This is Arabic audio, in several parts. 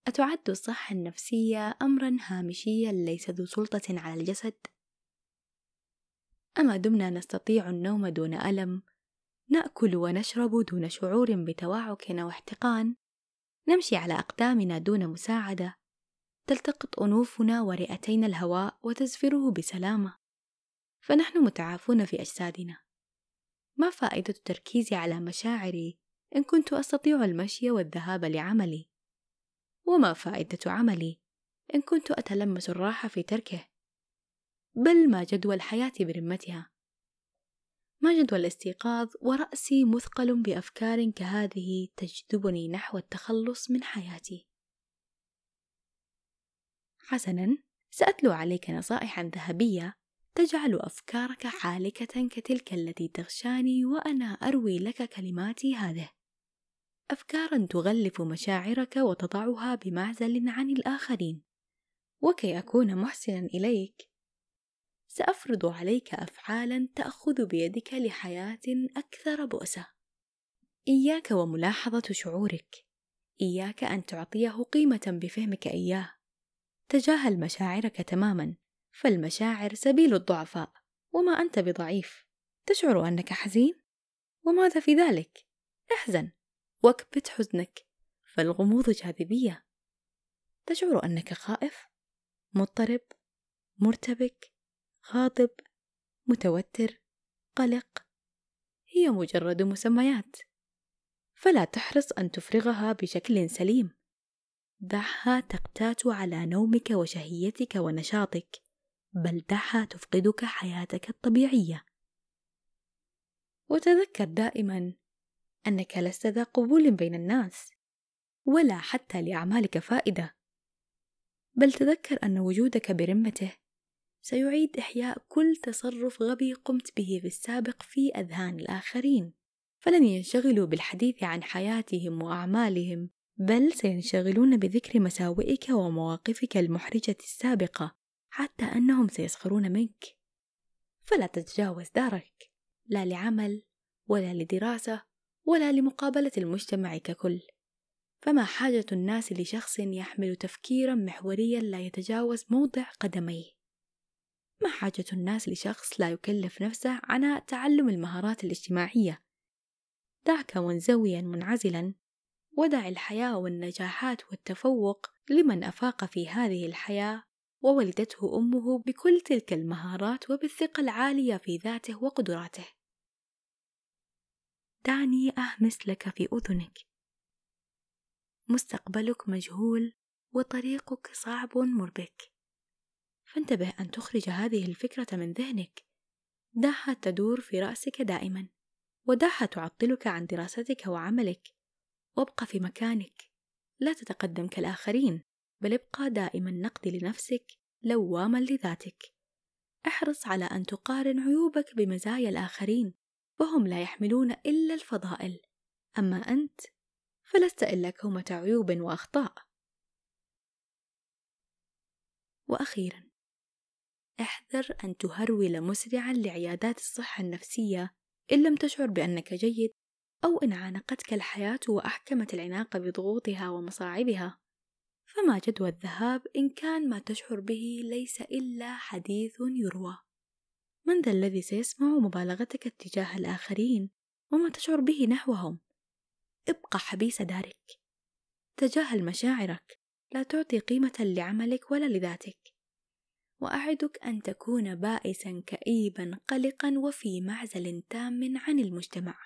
أتعد الصحة النفسية أمراً هامشياً ليس ذو سلطة على الجسد؟ أما دمنا نستطيع النوم دون ألم، نأكل ونشرب دون شعور بتوعك أو احتقان، نمشي على أقدامنا دون مساعدة، تلتقط أنوفنا ورئتين الهواء وتزفره بسلامة، فنحن متعافون في أجسادنا. ما فائدة التركيز على مشاعري إن كنت أستطيع المشي والذهاب لعملي؟ وما فائدة عملي إن كنت أتلمس الراحة في تركه؟ بل ما جدوى الحياة برمتها؟ ما جدوى الاستيقاظ ورأسي مثقل بأفكار كهذه تجذبني نحو التخلص من حياتي؟ حسناً، سأتلو عليك نصائحاً ذهبية تجعل أفكارك حالكة كتلك التي تغشاني وأنا أروي لك كلماتي هذه. أفكاراً تغلف مشاعرك وتضعها بمعزل عن الآخرين. وكي أكون محسناً إليك، سأفرض عليك أفعالاً تأخذ بيدك لحياة أكثر بؤسة. إياك وملاحظة شعورك، إياك أن تعطيه قيمة بفهمك إياه. تجاهل مشاعرك تماماً، فالمشاعر سبيل الضعفاء، وما أنت بضعيف. تشعر أنك حزين؟ وماذا في ذلك؟ احزن واكبت حزنك، فالغموض جاذبية. تشعر أنك خائف، مضطرب، مرتبك، غاضب، متوتر، قلق، هي مجرد مسميات، فلا تحرص أن تفرغها بشكل سليم. دعها تقتات على نومك وشهيتك ونشاطك، بل دعها تفقدك حياتك الطبيعية. وتذكر دائما أنك لست ذا قبول بين الناس، ولا حتى لأعمالك فائدة، بل تذكر أن وجودك برمته سيعيد إحياء كل تصرف غبي قمت به في السابق في أذهان الآخرين، فلن ينشغلوا بالحديث عن حياتهم وأعمالهم، بل سينشغلون بذكر مساوئك ومواقفك المحرجة السابقة، حتى أنهم سيسخرون منك. فلا تتجاوز دارك، لا لعمل ولا لدراسة ولا لمقابلة المجتمع ككل. فما حاجة الناس لشخص يحمل تفكيرا محوريا لا يتجاوز موضع قدميه؟ ما حاجة الناس لشخص لا يكلف نفسه عناء تعلم المهارات الاجتماعية؟ دعك منزويا منعزلا، ودع الحياة والنجاحات والتفوق لمن أفاق في هذه الحياة وولدته أمه بكل تلك المهارات وبالثقة العالية في ذاته وقدراته. دعني أهمس لك في أذنك، مستقبلك مجهول وطريقك صعب مربك، فانتبه أن تخرج هذه الفكرة من ذهنك. دعها تدور في رأسك دائما، ودعها تعطلك عن دراستك وعملك، وابقى في مكانك. لا تتقدم كالآخرين، بل ابقى دائما نقد لنفسك، لواما لذاتك. احرص على أن تقارن عيوبك بمزايا الآخرين، فهم لا يحملون إلا الفضائل، أما أنت فلست إلا كومة عيوب وأخطاء. وأخيرا، احذر أن تهرول مسرعا لعيادات الصحة النفسية إن لم تشعر بأنك جيد، أو إن عانقتك الحياة وأحكمت العناق بضغوطها ومصاعبها. فما جدوى الذهاب إن كان ما تشعر به ليس إلا حديث يروى؟ من ذا الذي سيسمع مبالغتك اتجاه الآخرين وما تشعر به نحوهم؟ ابقى حبيس دارك، تجاهل مشاعرك، لا تعطي قيمة لعملك ولا لذاتك. وأعدك أن تكون بائسا كئيبا قلقا وفي معزل تام عن المجتمع.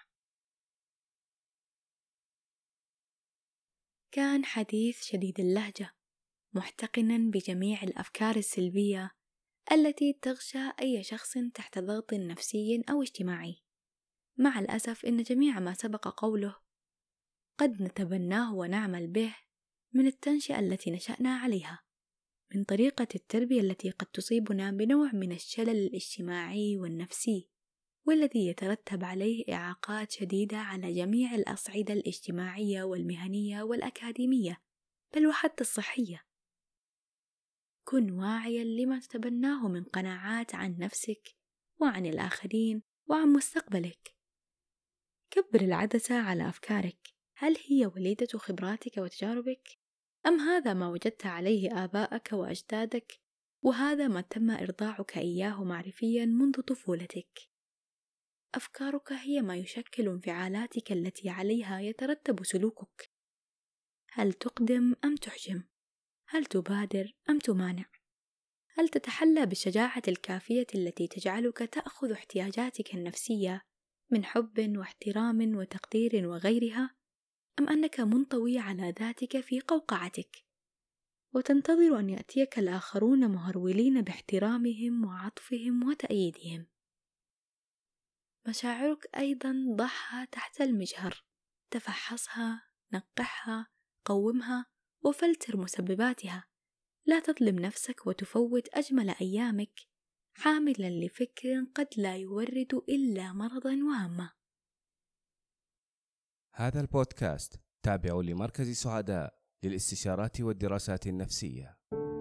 كان حديث شديد اللهجة، محتقنا بجميع الأفكار السلبية التي تغشى أي شخص تحت ضغط نفسي أو اجتماعي. مع الأسف إن جميع ما سبق قوله قد نتبناه ونعمل به من التنشئة التي نشأنا عليها، من طريقة التربية التي قد تصيبنا بنوع من الشلل الاجتماعي والنفسي، والذي يترتب عليه إعاقات شديدة على جميع الأصعدة الاجتماعية والمهنية والأكاديمية، بل وحتى الصحية. كن واعيا لما تتبناه من قناعات عن نفسك وعن الآخرين وعن مستقبلك. كبر العدسة على أفكارك، هل هي وليدة خبراتك وتجاربك؟ أم هذا ما وجدت عليه آباءك وأجدادك، وهذا ما تم إرضاعك إياه معرفياً منذ طفولتك؟ أفكارك هي ما يشكل انفعالاتك التي عليها يترتب سلوكك. هل تقدم أم تحجم؟ هل تبادر أم تمانع؟ هل تتحلى بالشجاعة الكافية التي تجعلك تأخذ احتياجاتك النفسية من حب واحترام وتقدير وغيرها، أم أنك منطوي على ذاتك في قوقعتك وتنتظر أن يأتيك الآخرون مهرولين باحترامهم وعطفهم وتأييدهم؟ مشاعرك أيضا ضعها تحت المجهر، تفحصها، نقحها، قومها، وفلتر مسبباتها. لا تظلم نفسك وتفوت أجمل أيامك حاملا لفكر قد لا يورد إلا مرضا وهمة. هذا البودكاست تابع لمركز سعداء للاستشارات والدراسات النفسية.